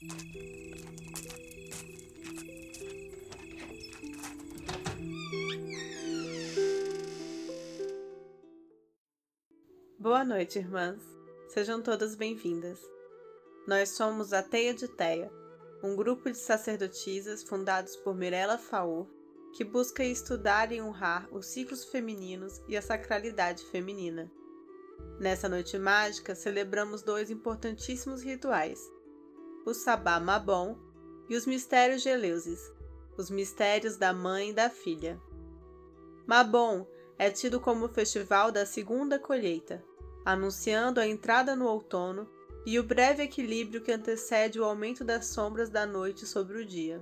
Boa noite, irmãs. Sejam todas bem-vindas. Nós somos a Teia de Teia, um grupo de sacerdotisas fundados por Mirella Faur, que busca estudar e honrar os ciclos femininos e a sacralidade feminina. Nessa noite mágica, celebramos 2 importantíssimos rituais, o Sabá Mabon e os Mistérios de Eleusis, os mistérios da mãe e da filha. Mabon é tido como o festival da segunda colheita, anunciando a entrada no outono e o breve equilíbrio que antecede o aumento das sombras da noite sobre o dia.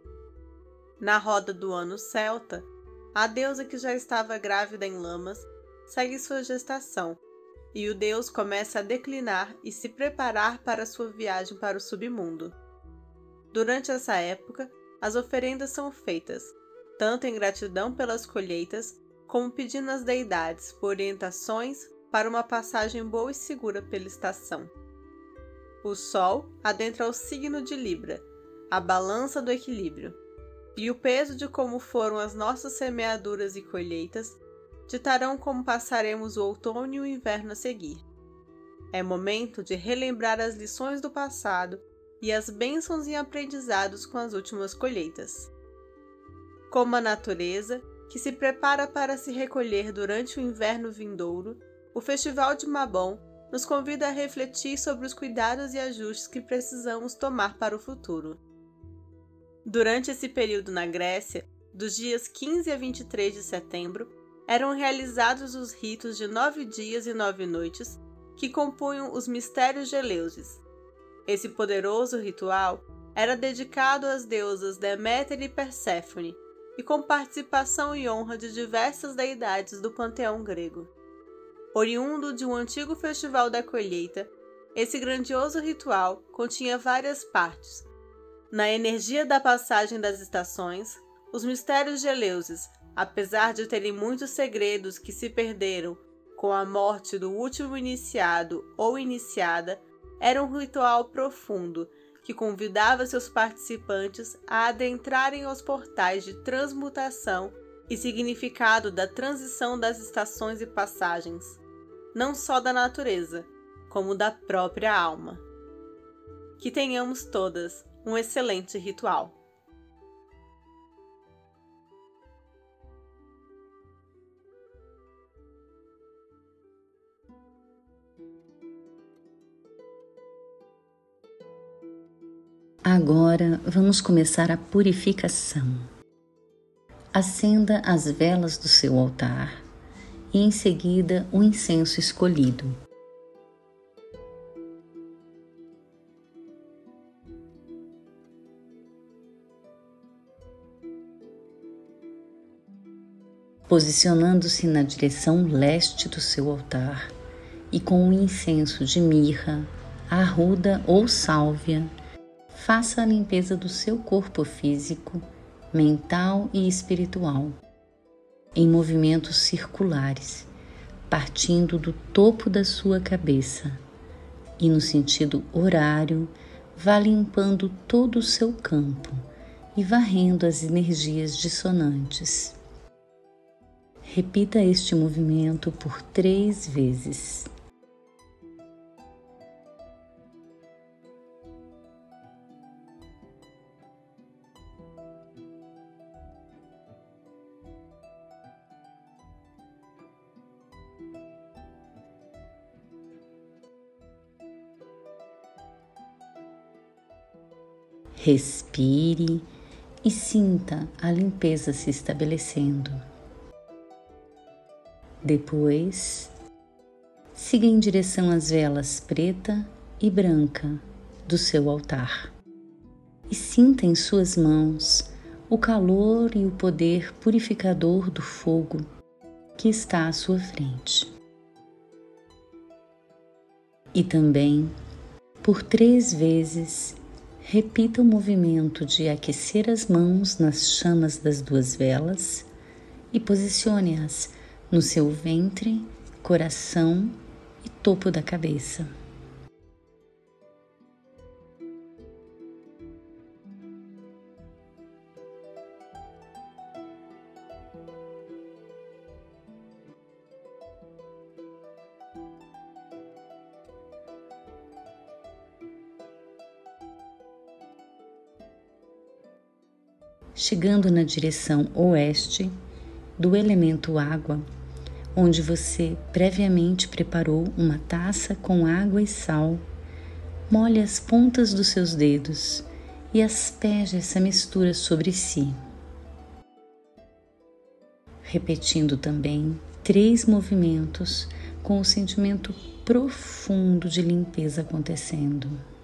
Na roda do ano celta, a deusa que já estava grávida em Lamas segue sua gestação, e o deus começa a declinar e se preparar para sua viagem para o submundo. Durante essa época, as oferendas são feitas, tanto em gratidão pelas colheitas, como pedindo às deidades por orientações para uma passagem boa e segura pela estação. O Sol adentra o signo de Libra, a balança do equilíbrio, e o peso de como foram as nossas semeaduras e colheitas ditarão como passaremos o outono e o inverno a seguir. É momento de relembrar as lições do passado e as bênçãos e aprendizados com as últimas colheitas. Como a natureza, que se prepara para se recolher durante o inverno vindouro, o Festival de Mabon nos convida a refletir sobre os cuidados e ajustes que precisamos tomar para o futuro. Durante esse período na Grécia, dos dias 15 a 23 de setembro, eram realizados os ritos de 9 dias e 9 noites que compunham os Mistérios de Eleusis. Esse poderoso ritual era dedicado às deusas Deméter e Perséfone e com participação e honra de diversas deidades do panteão grego. Oriundo de um antigo festival da colheita, esse grandioso ritual continha várias partes. Na energia da passagem das estações, os Mistérios de Eleusis, apesar de terem muitos segredos que se perderam com a morte do último iniciado ou iniciada, era um ritual profundo que convidava seus participantes a adentrarem os portais de transmutação e significado da transição das estações e passagens, não só da natureza, como da própria alma. Que tenhamos todas um excelente ritual. Agora vamos começar a purificação. Acenda as velas do seu altar e em seguida o incenso escolhido. Posicionando-se na direção leste do seu altar e com o incenso de mirra, arruda ou sálvia, faça a limpeza do seu corpo físico, mental e espiritual, em movimentos circulares, partindo do topo da sua cabeça e no sentido horário, vá limpando todo o seu campo e varrendo as energias dissonantes. Repita este movimento por 3 vezes. Respire e sinta a limpeza se estabelecendo. Depois, siga em direção às velas preta e branca do seu altar e sinta em suas mãos o calor e o poder purificador do fogo que está à sua frente. E também, por 3 vezes, repita o movimento de aquecer as mãos nas chamas das 2 velas e posicione-as no seu ventre, coração e topo da cabeça. chegando na direção oeste do elemento água, onde você previamente preparou uma taça com água e sal. Molhe as pontas dos seus dedos e asperge essa mistura sobre si, repetindo também 3 movimentos com o sentimento profundo de limpeza acontecendo.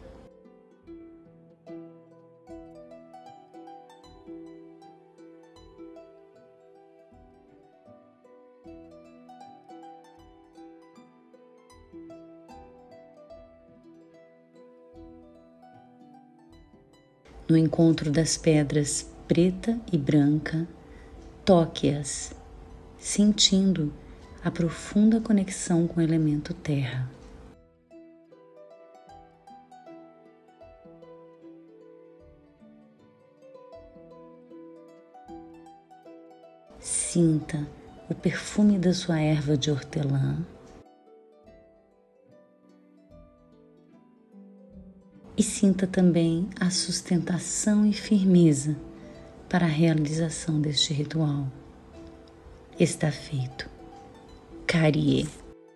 No encontro das pedras preta e branca, toque-as, sentindo a profunda conexão com o elemento terra. Sinta o perfume da sua erva de hortelã e sinta também a sustentação e firmeza para a realização deste ritual. Está feito. Kyrie.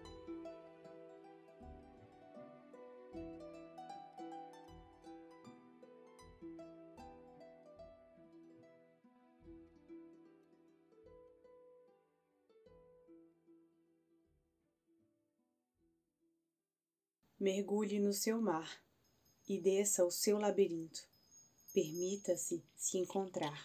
Mergulhe no seu mar e desça o seu labirinto. Permita-se se encontrar.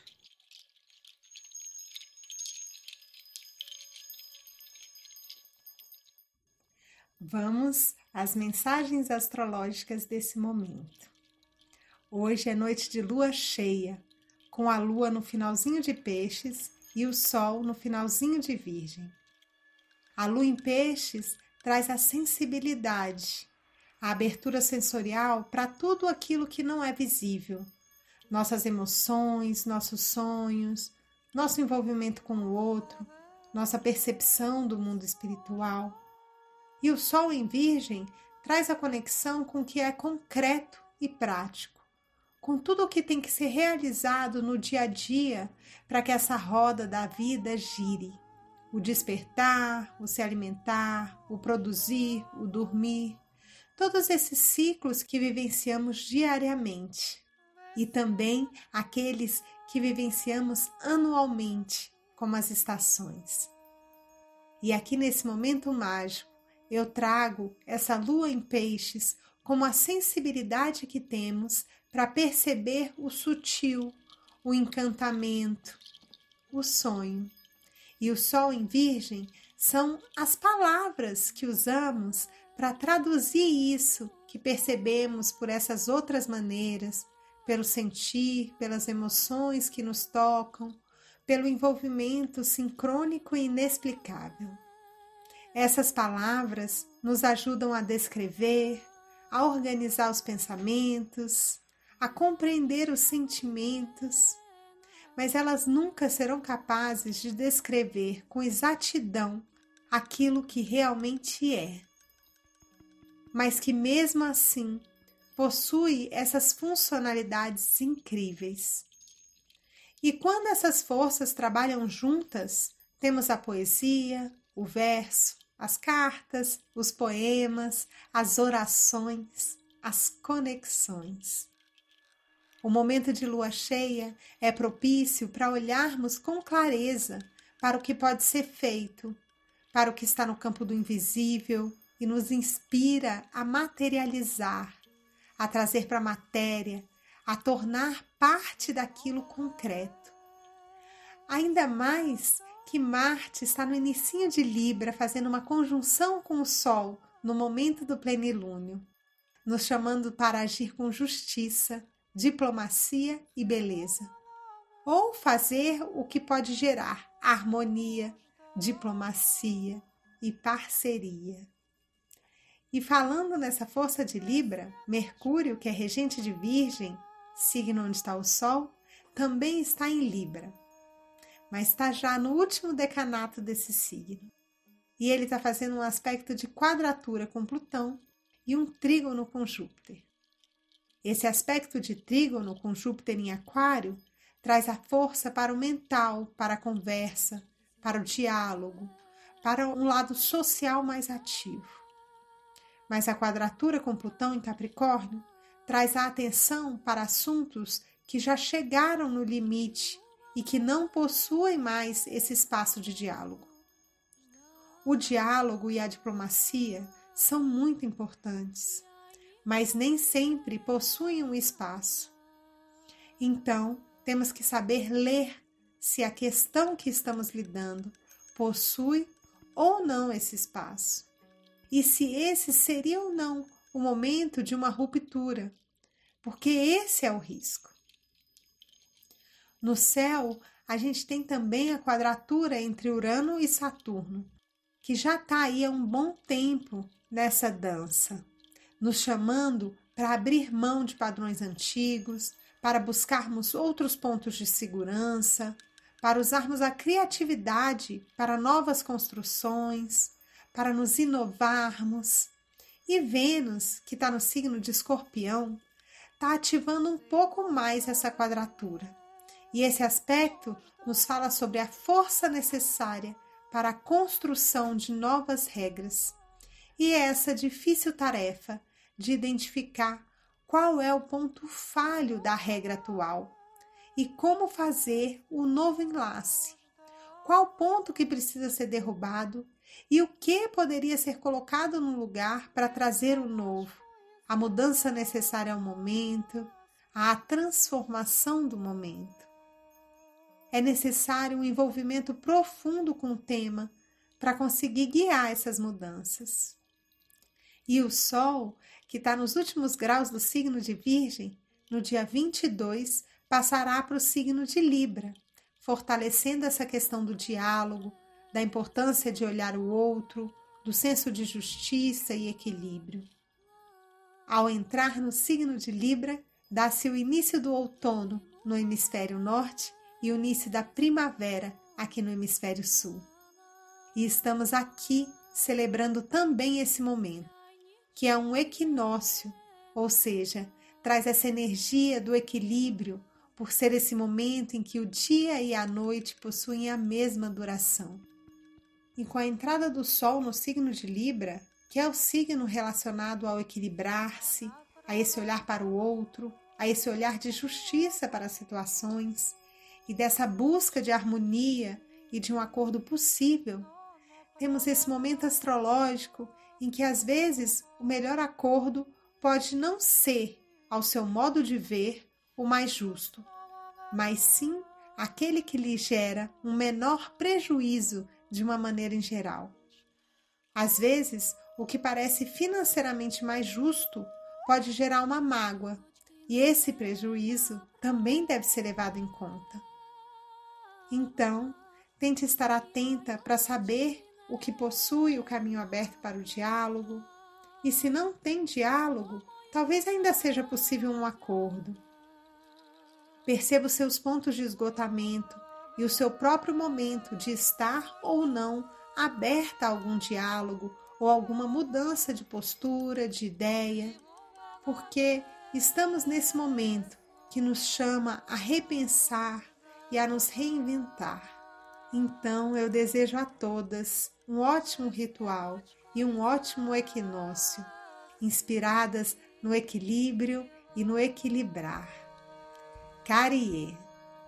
Vamos às mensagens astrológicas desse momento. Hoje é noite de lua cheia, com a lua no finalzinho de Peixes e o sol no finalzinho de Virgem. A lua em Peixes traz a sensibilidade, a abertura sensorial para tudo aquilo que não é visível. Nossas emoções, nossos sonhos, nosso envolvimento com o outro, nossa percepção do mundo espiritual. E o sol em Virgem traz a conexão com o que é concreto e prático, com tudo o que tem que ser realizado no dia a dia para que essa roda da vida gire. O despertar, o se alimentar, o produzir, o dormir, todos esses ciclos que vivenciamos diariamente e também aqueles que vivenciamos anualmente, como as estações. E aqui nesse momento mágico, eu trago essa lua em Peixes como a sensibilidade que temos para perceber o sutil, o encantamento, o sonho. E o sol em Virgem são as palavras que usamos para traduzir isso que percebemos por essas outras maneiras, pelo sentir, pelas emoções que nos tocam, pelo envolvimento sincrônico e inexplicável. Essas palavras nos ajudam a descrever, a organizar os pensamentos, a compreender os sentimentos, mas elas nunca serão capazes de descrever com exatidão aquilo que realmente é. Mas que mesmo assim possui essas funcionalidades incríveis. E quando essas forças trabalham juntas, temos a poesia, o verso, as cartas, os poemas, as orações, as conexões. O momento de lua cheia é propício para olharmos com clareza para o que pode ser feito, para o que está no campo do invisível e nos inspira a materializar, a trazer para a matéria, a tornar parte daquilo concreto. Ainda mais que Marte está no inicinho de Libra, fazendo uma conjunção com o Sol no momento do plenilúnio, nos chamando para agir com justiça, diplomacia e beleza. Ou fazer o que pode gerar harmonia, diplomacia e parceria. E falando nessa força de Libra, Mercúrio, que é regente de Virgem, signo onde está o Sol, também está em Libra, mas está já no último decanato desse signo. E ele está fazendo um aspecto de quadratura com Plutão e um trígono com Júpiter. Esse aspecto de trígono com Júpiter em Aquário traz a força para o mental, para a conversa, para o diálogo, para um lado social mais ativo. Mas a quadratura com Plutão em Capricórnio traz a atenção para assuntos que já chegaram no limite e que não possuem mais esse espaço de diálogo. O diálogo e a diplomacia são muito importantes, mas nem sempre possuem um espaço. Então, temos que saber ler se a questão que estamos lidando possui ou não esse espaço. E se esse seria ou não o momento de uma ruptura, porque esse é o risco. No céu, a gente tem também a quadratura entre Urano e Saturno, que já está aí há um bom tempo nessa dança, nos chamando para abrir mão de padrões antigos, para buscarmos outros pontos de segurança, para usarmos a criatividade para novas construções, para nos inovarmos. E Vênus, que está no signo de Escorpião, está ativando um pouco mais essa quadratura. E esse aspecto nos fala sobre a força necessária para a construção de novas regras. E essa difícil tarefa de identificar qual é o ponto falho da regra atual e como fazer o novo enlace. Qual ponto que precisa ser derrubado e o que poderia ser colocado no lugar para trazer o novo, a mudança necessária ao momento, a transformação do momento. É necessário um envolvimento profundo com o tema para conseguir guiar essas mudanças. E o Sol, que está nos últimos graus do signo de Virgem, no dia 22, passará para o signo de Libra, fortalecendo essa questão do diálogo, da importância de olhar o outro, do senso de justiça e equilíbrio. Ao entrar no signo de Libra, dá-se o início do outono no hemisfério norte e o início da primavera aqui no hemisfério sul. E estamos aqui celebrando também esse momento, que é um equinócio, ou seja, traz essa energia do equilíbrio por ser esse momento em que o dia e a noite possuem a mesma duração. E com a entrada do Sol no signo de Libra, que é o signo relacionado ao equilibrar-se, a esse olhar para o outro, a esse olhar de justiça para as situações e dessa busca de harmonia e de um acordo possível, temos esse momento astrológico em que às vezes o melhor acordo pode não ser, ao seu modo de ver, o mais justo, mas sim aquele que lhe gera um menor prejuízo de uma maneira em geral. Às vezes, o que parece financeiramente mais justo pode gerar uma mágoa, e esse prejuízo também deve ser levado em conta. Então, tente estar atenta para saber o que possui o caminho aberto para o diálogo, e se não tem diálogo, talvez ainda seja possível um acordo. Perceba os seus pontos de esgotamento e o seu próprio momento de estar ou não aberta a algum diálogo ou alguma mudança de postura, de ideia, porque estamos nesse momento que nos chama a repensar e a nos reinventar. Então eu desejo a todas um ótimo ritual e um ótimo equinócio, inspiradas no equilíbrio e no equilibrar. Cariê.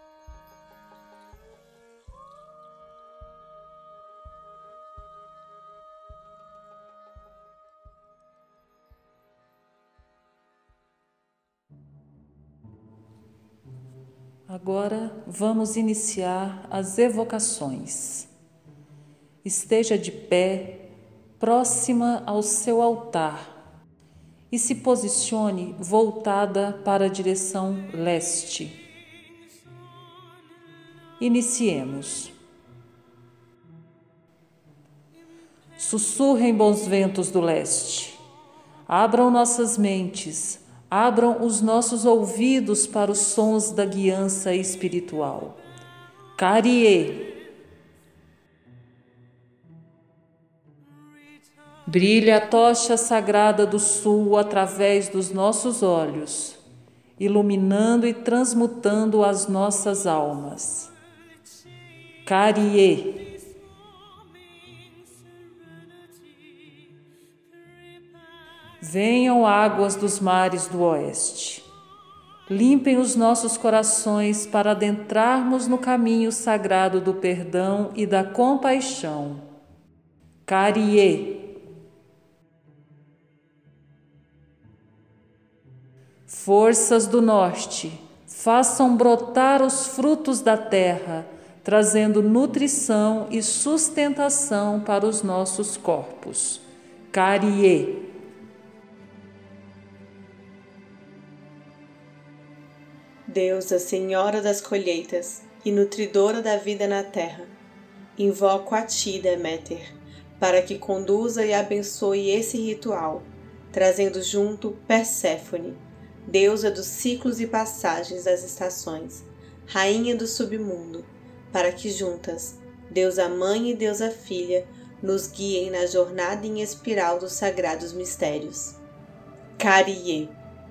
Agora vamos iniciar as evocações. Esteja de pé, próxima ao seu altar, e se posicione voltada para a direção leste. Iniciemos. Sussurrem, bons ventos do leste. Abram nossas mentes, abram os nossos ouvidos para os sons da guiança espiritual. Cariê. Brilha a tocha sagrada do sul através dos nossos olhos iluminando e transmutando as nossas almas. Kyrie. Venham águas dos mares do oeste. Limpem os nossos corações para adentrarmos no caminho sagrado do perdão e da compaixão. Kyrie. Forças do norte, façam brotar os frutos da terra, trazendo nutrição e sustentação para os nossos corpos. Kyrie. Deusa Senhora das colheitas e nutridora da vida na terra, invoco a Ti, Deméter, para que conduza e abençoe esse ritual, trazendo junto Perséfone, deusa dos ciclos e passagens das estações, rainha do submundo, para que juntas, deusa mãe e deusa filha, nos guiem na jornada em espiral dos sagrados mistérios. Kyrie.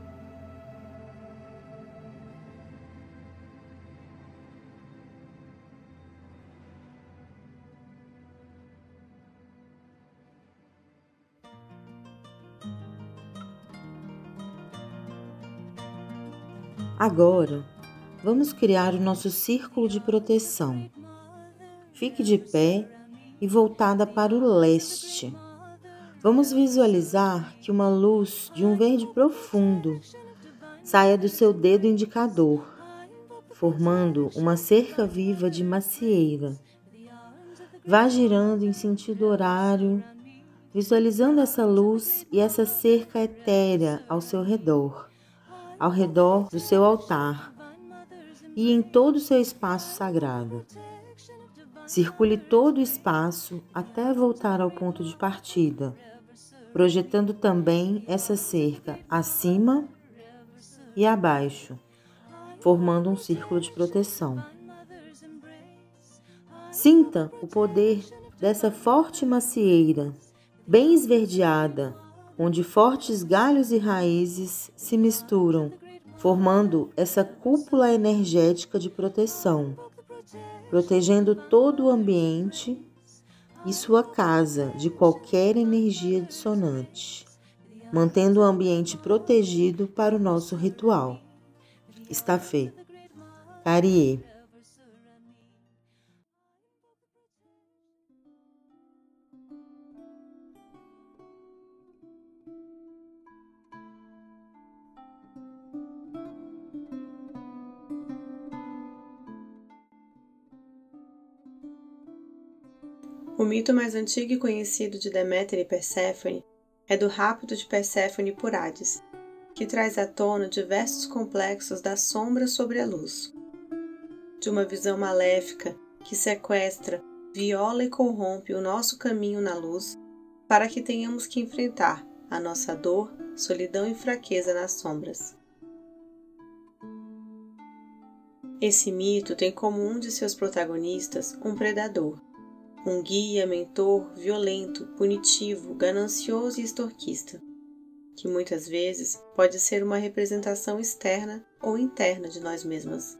Agora, vamos criar o nosso círculo de proteção. Fique de pé e voltada para o leste. Vamos visualizar que uma luz de um verde profundo saia do seu dedo indicador, formando uma cerca viva de macieira. Vá girando em sentido horário, visualizando essa luz e essa cerca etérea ao seu redor, ao redor do seu altar e em todo o seu espaço sagrado. Circule todo o espaço até voltar ao ponto de partida, projetando também essa cerca acima e abaixo, formando um círculo de proteção. Sinta o poder dessa forte macieira, bem esverdeada, onde fortes galhos e raízes se misturam, formando essa cúpula energética de proteção, protegendo todo o ambiente e sua casa de qualquer energia dissonante, mantendo o ambiente protegido para o nosso ritual. Está feito. Kyrie. O mito mais antigo e conhecido de Deméter e Perséfone é do rapto de Perséfone por Hades, que traz à tona diversos complexos da sombra sobre a luz. De uma visão maléfica que sequestra, viola e corrompe o nosso caminho na luz, para que tenhamos que enfrentar a nossa dor, solidão e fraqueza nas sombras. Esse mito tem como um de seus protagonistas um predador, um guia, mentor, violento, punitivo, ganancioso e extorquista, que muitas vezes pode ser uma representação externa ou interna de nós mesmas.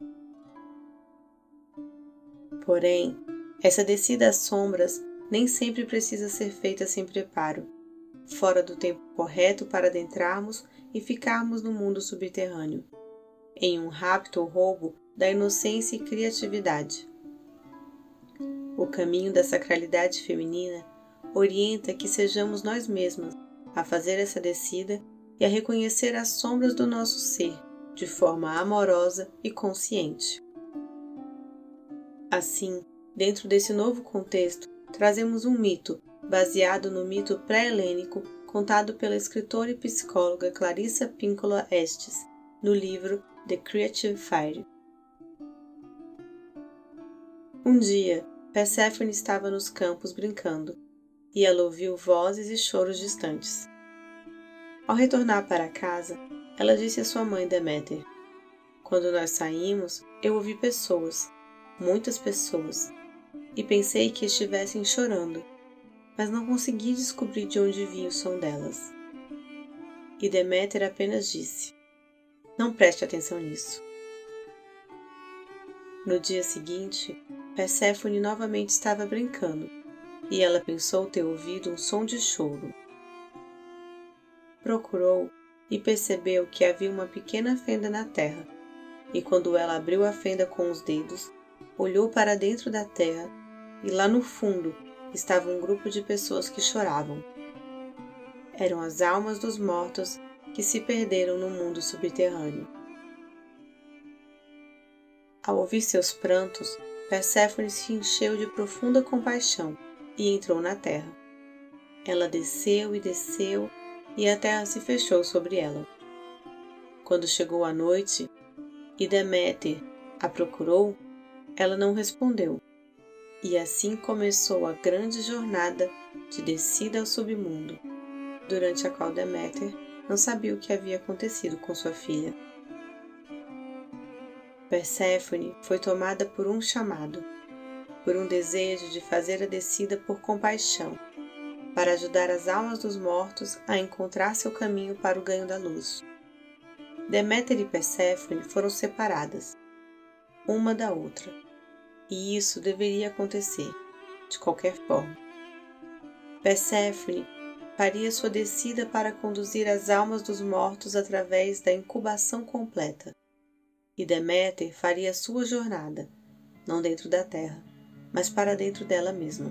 Porém, essa descida às sombras nem sempre precisa ser feita sem preparo, fora do tempo correto para adentrarmos e ficarmos no mundo subterrâneo, em um rapto ou roubo da inocência e criatividade. O caminho da sacralidade feminina orienta que sejamos nós mesmas a fazer essa descida e a reconhecer as sombras do nosso ser de forma amorosa e consciente. Assim, dentro desse novo contexto, trazemos um mito baseado no mito pré-helênico contado pela escritora e psicóloga Clarissa Pinkola Estes, no livro The Creative Fire. Um dia, Perséfone estava nos campos brincando, e ela ouviu vozes e choros distantes. Ao retornar para casa, ela disse à sua mãe Deméter: "Quando nós saímos, eu ouvi pessoas, muitas pessoas, e pensei que estivessem chorando, mas não consegui descobrir de onde vinha o som delas." E Deméter apenas disse: Não preste atenção nisso. No dia seguinte, Perséfone novamente estava brincando, e ela pensou ter ouvido um som de choro. Procurou e percebeu que havia uma pequena fenda na terra, e quando ela abriu a fenda com os dedos, olhou para dentro da terra, e lá no fundo estava um grupo de pessoas que choravam. Eram as almas dos mortos que se perderam no mundo subterrâneo. Ao ouvir seus prantos, Perséfone se encheu de profunda compaixão e entrou na terra. Ela desceu e desceu, e a terra se fechou sobre ela. Quando chegou a noite e Deméter a procurou, ela não respondeu, e assim começou a grande jornada de descida ao submundo, durante a qual Deméter não sabia o que havia acontecido com sua filha. Perséfone foi tomada por um chamado, por um desejo de fazer a descida por compaixão, para ajudar as almas dos mortos a encontrar seu caminho para o ganho da luz. Deméter e Perséfone foram separadas, uma da outra, e isso deveria acontecer, de qualquer forma. Perséfone faria sua descida para conduzir as almas dos mortos através da incubação completa, e Deméter faria sua jornada, não dentro da terra, mas para dentro dela mesma.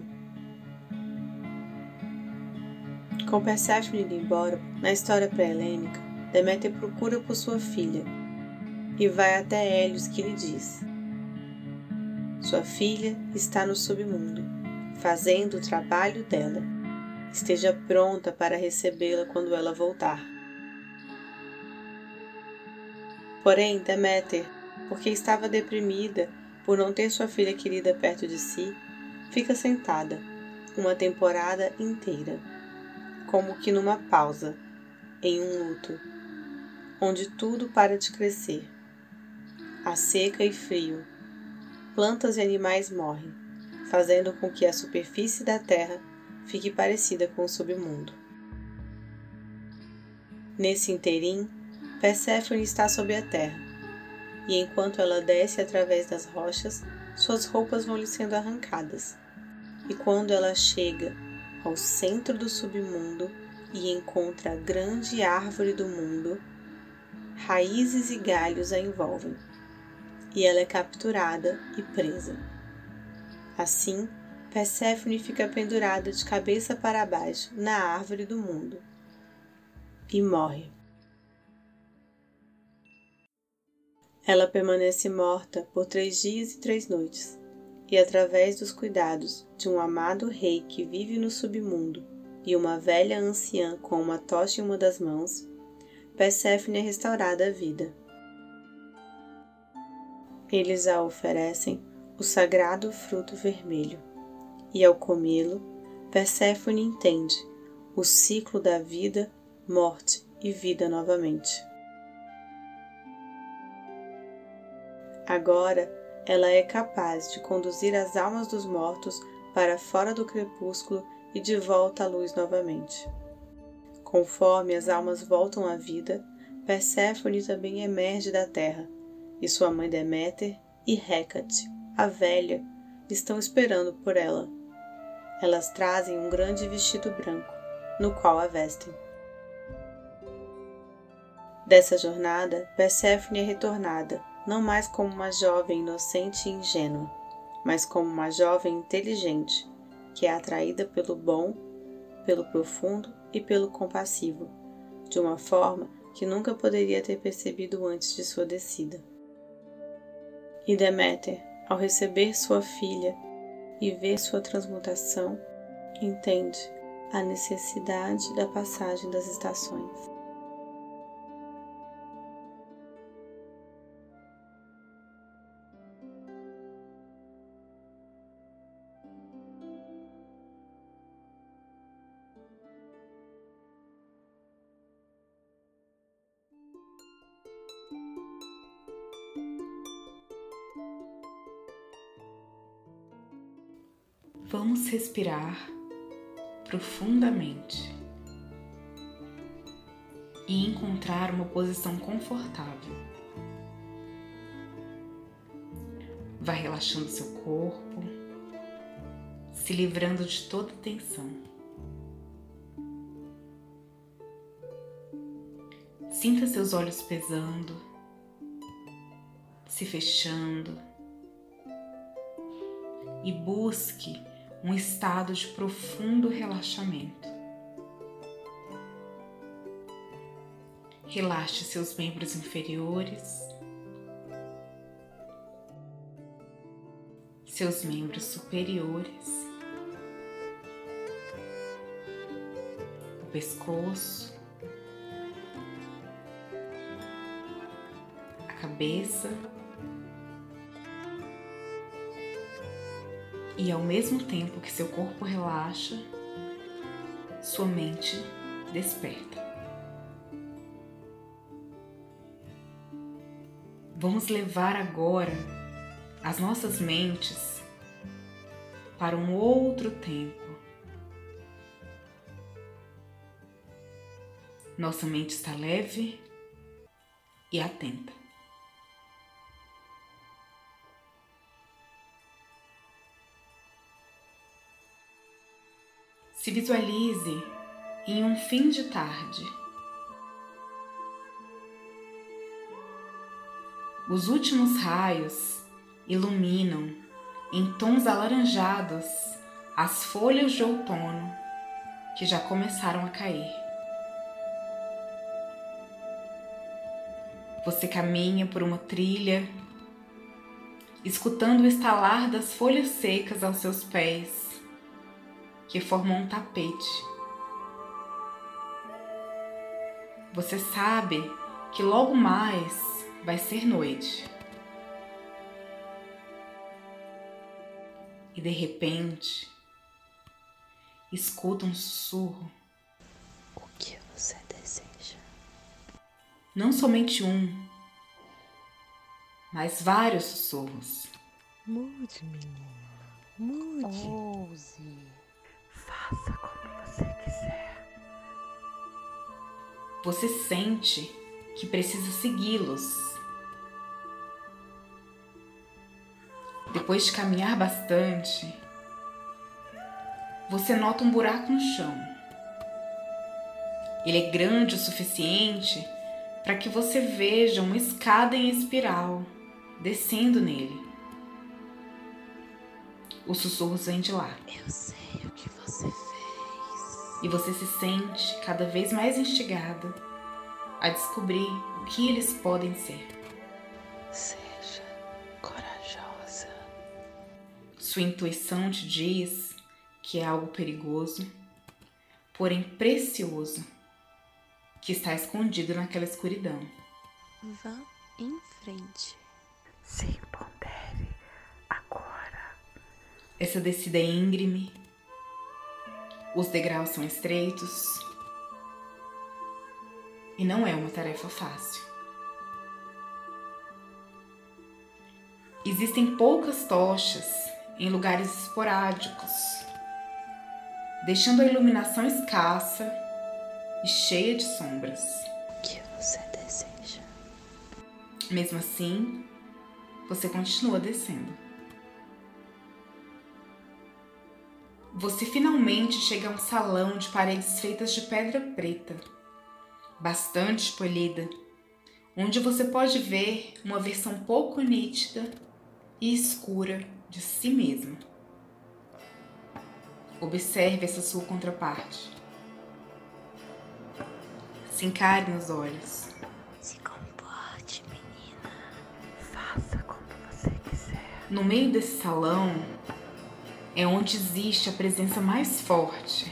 Com Perséfone indo embora, na história pré-helênica, Deméter procura por sua filha e vai até Hélios, que lhe diz: sua filha está no submundo, fazendo o trabalho dela. Esteja pronta para recebê-la quando ela voltar. Porém, Deméter, porque estava deprimida por não ter sua filha querida perto de si, fica sentada uma temporada inteira, como que numa pausa, em um luto, onde tudo para de crescer. Há seca e frio, plantas e animais morrem, fazendo com que a superfície da terra fique parecida com o submundo. Nesse interim, Perséfone está sob a terra, e enquanto ela desce através das rochas, suas roupas vão lhe sendo arrancadas. E quando ela chega ao centro do submundo e encontra a grande árvore do mundo, raízes e galhos a envolvem, e ela é capturada e presa. Assim, Perséfone fica pendurada de cabeça para baixo na árvore do mundo e morre. Ela permanece morta por 3 dias e 3 noites, e através dos cuidados de um amado rei que vive no submundo e uma velha anciã com uma tocha em uma das mãos, Perséfone é restaurada à vida. Eles a oferecem o sagrado fruto vermelho, e ao comê-lo, Perséfone entende o ciclo da vida, morte e vida novamente. Agora, ela é capaz de conduzir as almas dos mortos para fora do crepúsculo e de volta à luz novamente. Conforme as almas voltam à vida, Perséfone também emerge da terra, e sua mãe Deméter e Hécate, a velha, estão esperando por ela. Elas trazem um grande vestido branco, no qual a vestem. Dessa jornada, Perséfone é retornada, não mais como uma jovem inocente e ingênua, mas como uma jovem inteligente, que é atraída pelo bom, pelo profundo e pelo compassivo, de uma forma que nunca poderia ter percebido antes de sua descida. E Deméter, ao receber sua filha e ver sua transmutação, entende a necessidade da passagem das estações. Vamos respirar profundamente. e encontrar uma posição confortável. Vá relaxando seu corpo, se livrando de toda tensão. Sinta seus olhos pesando, se fechando e busque um estado de profundo relaxamento. Relaxe seus membros inferiores, seus membros superiores, o pescoço, a cabeça e, ao mesmo tempo que seu corpo relaxa, sua mente desperta. Vamos levar agora as nossas mentes para um outro tempo. Nossa mente está leve e atenta. Se visualize em um fim de tarde. Os últimos raios iluminam em tons alaranjados as folhas de outono que já começaram a cair. Você caminha por uma trilha, escutando o estalar das folhas secas aos seus pés, que formam um tapete. Você sabe que logo mais vai ser noite. E de repente, escuta um sussurro. O que você deseja? Não somente um, mas vários sussurros. Mude, menina. Mude. Ouse. Faça como você quiser. Você sente que precisa segui-los. Depois de caminhar bastante, você nota um buraco no chão. Ele é grande o suficiente para que você veja uma escada em espiral descendo nele. Os sussurros vêm de lá. Eu sei o que você fez. E você se sente cada vez mais instigada a descobrir o que eles podem ser. Seja corajosa. Sua intuição te diz que é algo perigoso, porém precioso, que está escondido naquela escuridão. Vá em frente. Se empodere agora. Essa descida é íngreme, os degraus são estreitos e não é uma tarefa fácil. Existem poucas tochas em lugares esporádicos, deixando a iluminação escassa e cheia de sombras. O que você deseja? Mesmo assim, você continua descendo. Você finalmente chega a um salão de paredes feitas de pedra preta, bastante polida, onde você pode ver uma versão pouco nítida e escura de si mesmo. Observe essa sua contraparte. Se encare nos olhos. Se comporte, menina. Faça como você quiser. No meio desse salão é onde existe a presença mais forte.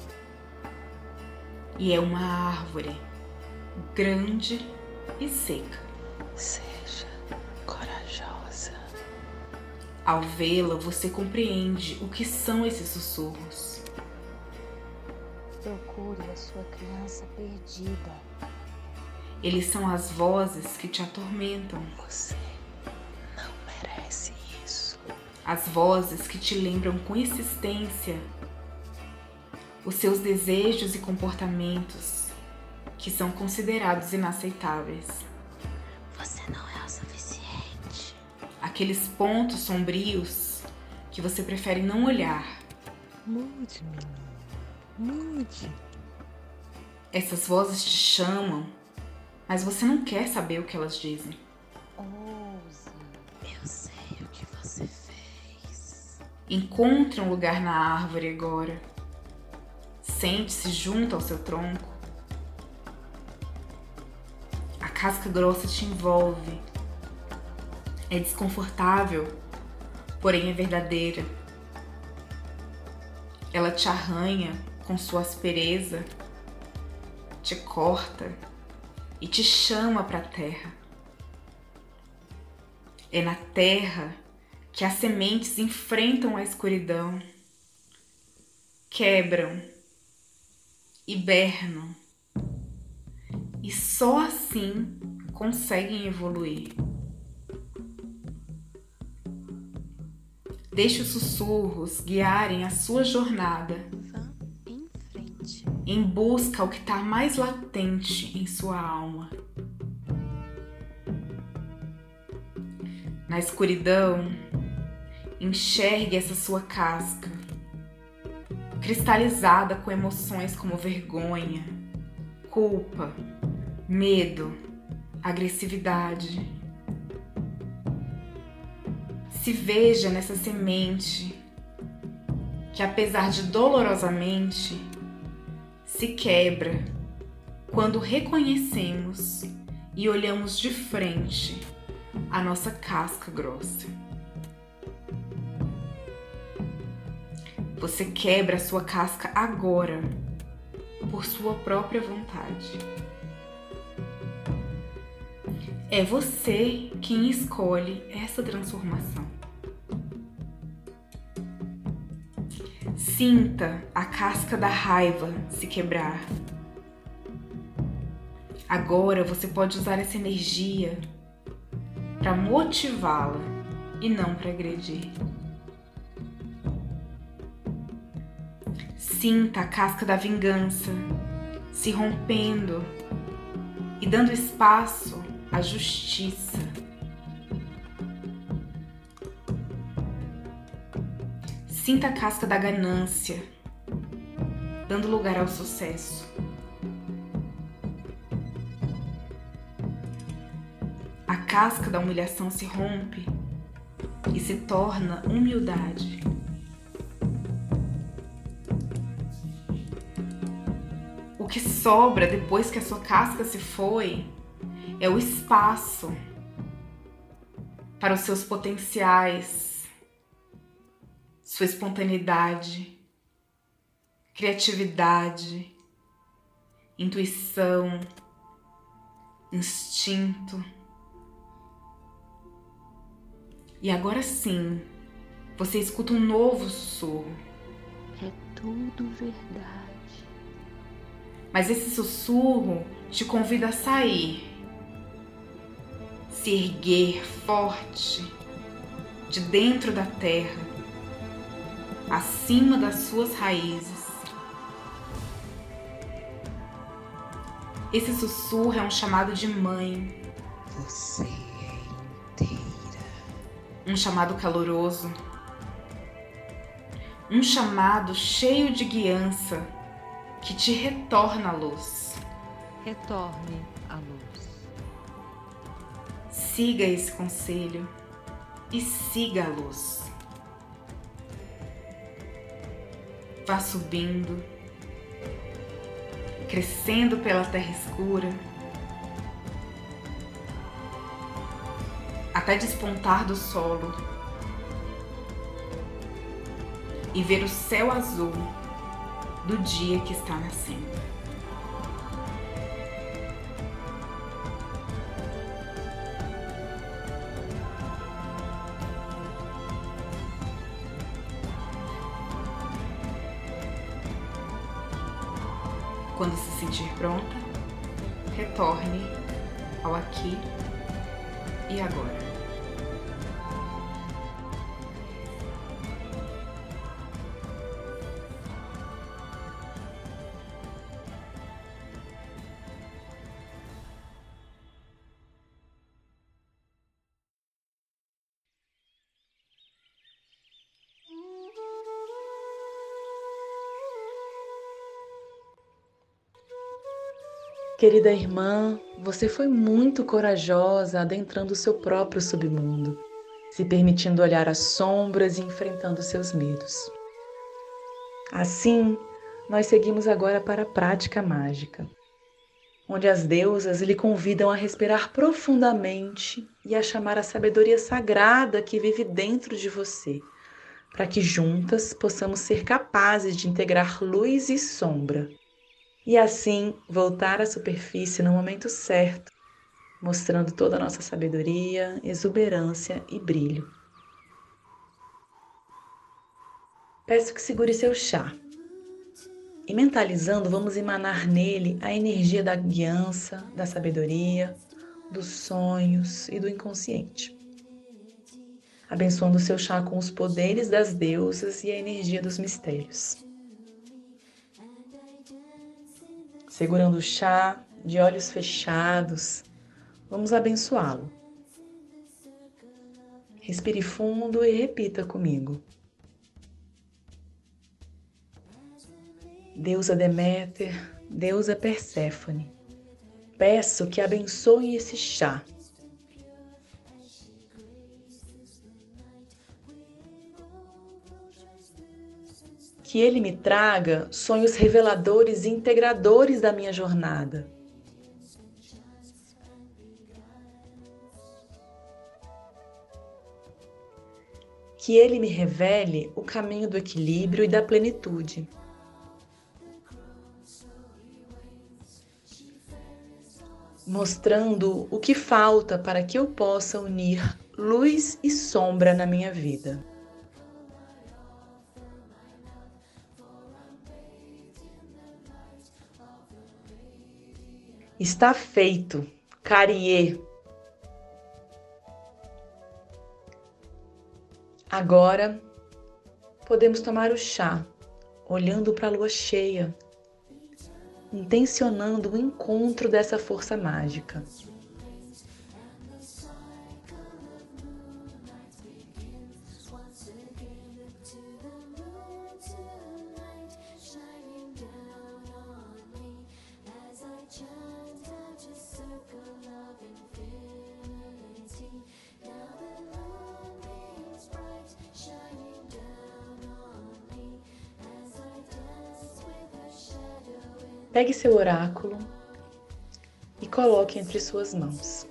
E é uma árvore grande e seca. Seja corajosa. Ao vê-la, você compreende o que são esses sussurros. Procure a sua criança perdida. Eles são as vozes que te atormentam. Você não merece isso. As vozes que te lembram com insistência os seus desejos e comportamentos que são considerados inaceitáveis. Você não é o suficiente. Aqueles pontos sombrios que você prefere não olhar. Mude, menino. Mude. Essas vozes te chamam, mas você não quer saber o que elas dizem. Ouse. Eu sei o que você fez. Encontre um lugar na árvore agora. Sente-se junto ao seu tronco. A casca grossa te envolve. É desconfortável, porém é verdadeira. Ela te arranha com sua aspereza, te corta e te chama para a terra. É na terra que as sementes enfrentam a escuridão, quebram, hibernam e só assim conseguem evoluir. Deixe os sussurros guiarem a sua jornada Vá em frente. em busca ao que está mais latente em sua alma. Na escuridão, enxergue essa sua casca, cristalizada com emoções como vergonha, culpa, medo, agressividade. Se veja nessa semente que, apesar de dolorosamente, se quebra quando reconhecemos e olhamos de frente a nossa casca grossa. Você quebra a sua casca agora, por sua própria vontade. É você quem escolhe essa transformação. Sinta a casca da raiva se quebrar. Agora você pode usar essa energia para motivá-la e não para agredir. Sinta a casca da vingança se rompendo e dando espaço à justiça. Sinta a casca da ganância dando lugar ao sucesso. A casca da humilhação se rompe e se torna humildade. O que sobra depois que a sua casca se foi é o espaço para os seus potenciais, sua espontaneidade, criatividade, intuição, instinto. E agora sim, você escuta um novo sussurro. É tudo verdade. Mas esse sussurro te convida a sair, se erguer forte de dentro da terra, acima das suas raízes. Esse sussurro é um chamado de mãe. Você é inteira. Um chamado caloroso. Um chamado cheio de guiança que te retorna à luz. Retorne à luz. Siga esse conselho e siga a luz. Vá subindo, crescendo pela terra escura, até despontar do solo e ver o céu azul do dia que está nascendo. Quando se sentir pronta, retorne ao aqui e agora. Querida irmã, você foi muito corajosa adentrando o seu próprio submundo, se permitindo olhar as sombras e enfrentando seus medos. Assim, nós seguimos agora para a prática mágica, onde as deusas lhe convidam a respirar profundamente e a chamar a sabedoria sagrada que vive dentro de você, para que juntas possamos ser capazes de integrar luz e sombra, e assim voltar à superfície no momento certo, mostrando toda a nossa sabedoria, exuberância e brilho. Peço que segure seu chá. E mentalizando, vamos emanar nele a energia da guiança, da sabedoria, dos sonhos e do inconsciente. Abençoando o seu chá com os poderes das deusas e a energia dos mistérios. Segurando o chá, de olhos fechados, vamos abençoá-lo. Respire fundo e repita comigo. Deusa Deméter, deusa Perséfone, peço que abençoe esse chá. Que ele me traga sonhos reveladores e integradores da minha jornada. Que ele me revele o caminho do equilíbrio e da plenitude. Mostrando o que falta para que eu possa unir luz e sombra na minha vida. Está feito, Cariê. Agora podemos tomar o chá, olhando para a lua cheia, intencionando o encontro dessa força mágica. Pegue seu oráculo e coloque entre suas mãos.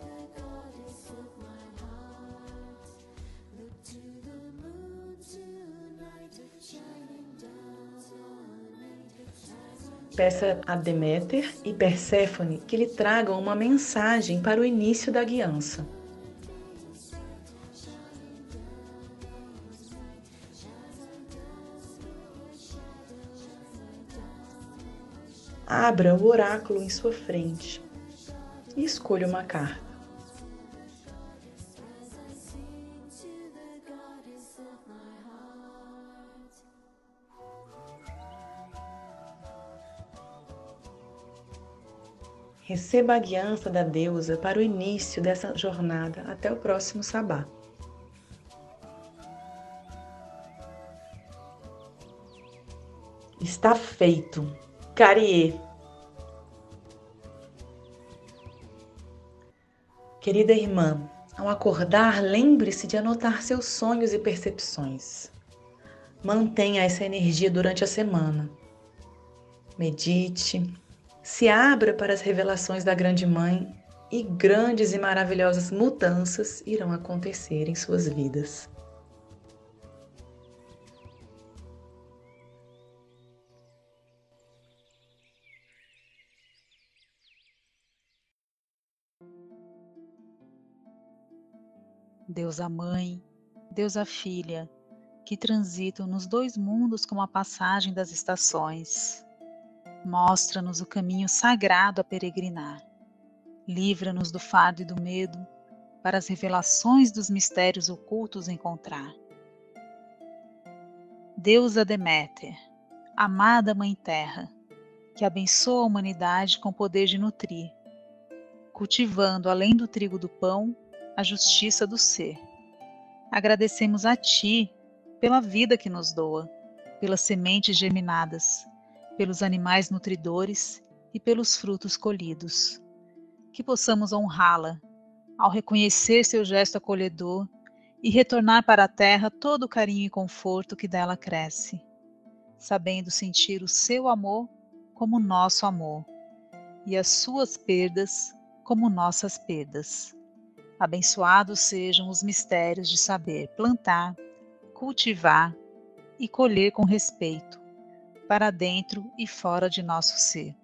Peça a Deméter e Perséfone que lhe tragam uma mensagem para o início da guiança. Abra o oráculo em sua frente e escolha uma carta. Receba a guiança da deusa para o início dessa jornada até o próximo sabá. Está feito, Cariê. Querida irmã, ao acordar, lembre-se de anotar seus sonhos e percepções. Mantenha essa energia durante a semana. Medite, se abra para as revelações da Grande Mãe e grandes e maravilhosas mudanças irão acontecer em suas vidas. Deusa Mãe, Deusa Filha, que transitam nos dois mundos como a passagem das estações. Mostra-nos o caminho sagrado a peregrinar. Livra-nos do fardo e do medo, para as revelações dos mistérios ocultos encontrar. Deusa Deméter, amada Mãe Terra, que abençoa a humanidade com o poder de nutrir, cultivando além do trigo do pão, a justiça do ser. Agradecemos a Ti pela vida que nos doa, pelas sementes germinadas, pelos animais nutridores e pelos frutos colhidos. Que possamos honrá-la ao reconhecer seu gesto acolhedor e retornar para a terra todo o carinho e conforto que dela cresce, sabendo sentir o seu amor como nosso amor e as suas perdas como nossas perdas. Abençoados sejam os mistérios de saber plantar, cultivar e colher com respeito, para dentro e fora de nosso ser.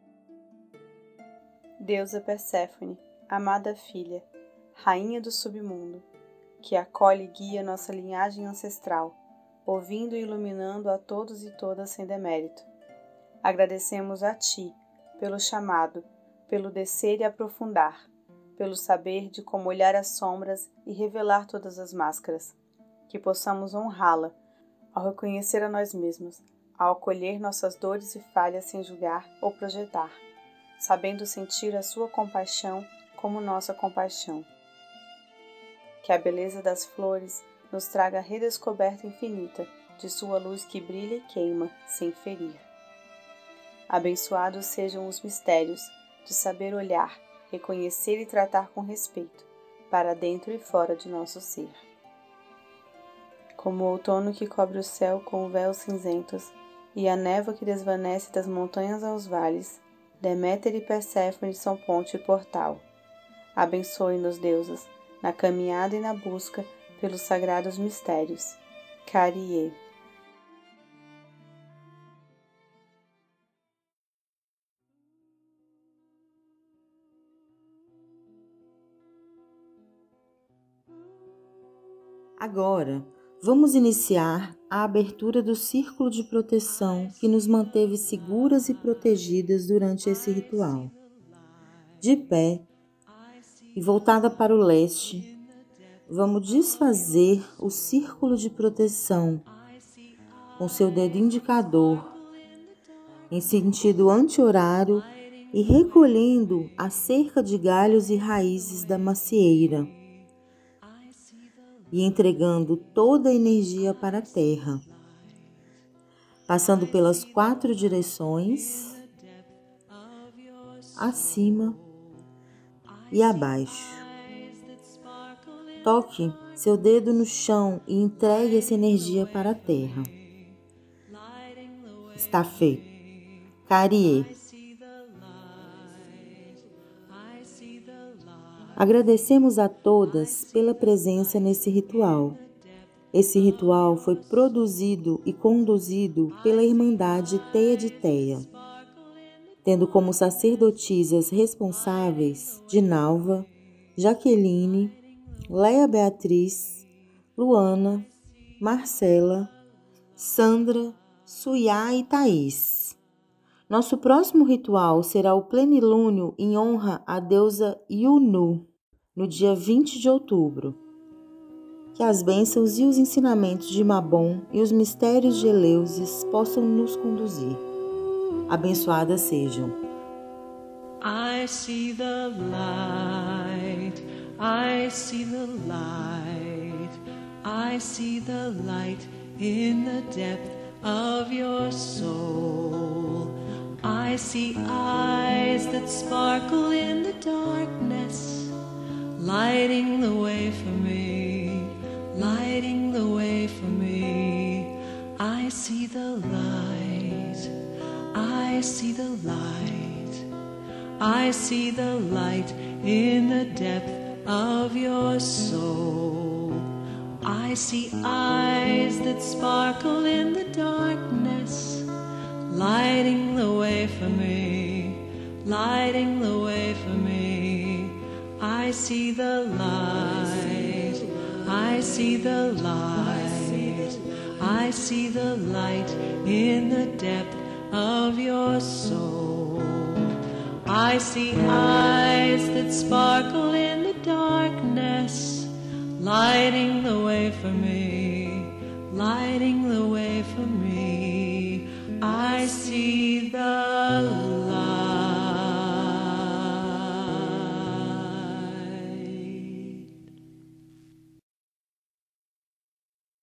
Deusa Perséfone, amada filha, rainha do submundo, que acolhe e guia nossa linhagem ancestral, ouvindo e iluminando a todos e todas sem demérito. Agradecemos a Ti pelo chamado, pelo descer e aprofundar, pelo saber de como olhar as sombras e revelar todas as máscaras. Que possamos honrá-la ao reconhecer a nós mesmos, ao acolher nossas dores e falhas sem julgar ou projetar, sabendo sentir a sua compaixão como nossa compaixão. Que a beleza das flores nos traga a redescoberta infinita de sua luz que brilha e queima sem ferir. Abençoados sejam os mistérios de saber olhar, reconhecer e tratar com respeito, para dentro e fora de nosso ser. Como o outono que cobre o céu com véus cinzentos e a névoa que desvanece das montanhas aos vales, Deméter e Perséfone são ponte e portal. Abençoe-nos, deusas, na caminhada e na busca pelos sagrados mistérios. Kyrie. Agora, vamos iniciar a abertura do círculo de proteção que nos manteve seguras e protegidas durante esse ritual. De pé e voltada para o leste, vamos desfazer o círculo de proteção com seu dedo indicador em sentido anti-horário e recolhendo a cerca de galhos e raízes da macieira e entregando toda a energia para a terra, passando pelas 4 direções, acima e abaixo. Toque seu dedo no chão e entregue essa energia para a terra. Está feito. Kyrie. Agradecemos a todas pela presença nesse ritual. Esse ritual foi produzido e conduzido pela Irmandade Teia de Teia, tendo como sacerdotisas responsáveis Dinalva, Jaqueline, Leia Beatriz, Luana, Marcela, Sandra, Suyá e Thaís. Nosso próximo ritual será o plenilúnio em honra à deusa Yunu, no dia 20 de outubro. Que as bênçãos e os ensinamentos de Mabon e os mistérios de Eleusis possam nos conduzir. Abençoadas sejam. I see the light, I see the light, I see the light in the depth of your soul. I see eyes that sparkle in the darkness, lighting the way for me, lighting the way for me. I see the light, I see the light, I see the light in the depth of your soul. I see eyes that sparkle in the darkness, lighting the way for me, lighting the way for me. I see the light, I see the light, I see the light in the depth of your soul. I see eyes that sparkle in the darkness, lighting the way for me, lighting the way for me. I see the light.